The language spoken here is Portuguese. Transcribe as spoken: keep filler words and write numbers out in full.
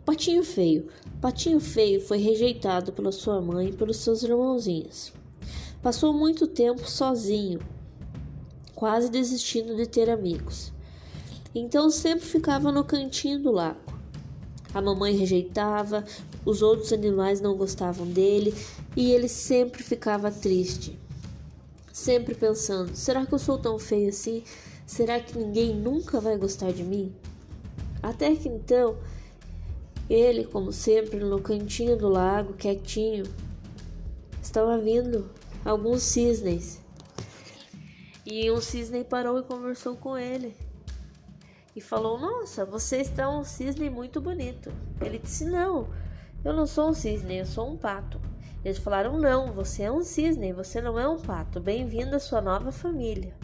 Patinho Feio. Patinho Feio foi rejeitado pela sua mãe e pelos seus irmãozinhos. Passou muito tempo sozinho, quase desistindo de ter amigos. Então sempre ficava no cantinho do lago. A mamãe rejeitava, os outros animais não gostavam dele e ele sempre ficava triste. Sempre pensando, será que eu sou tão feio assim? Será que ninguém nunca vai gostar de mim? Até que então, ele, como sempre, no cantinho do lago, quietinho, estava vindo alguns cisnes. E um cisne parou e conversou com ele. E falou, nossa, você está um cisne muito bonito. Ele disse, não, eu não sou um cisne, eu sou um pato. Eles falaram, não, você é um cisne, você não é um pato. Bem-vindo à sua nova família.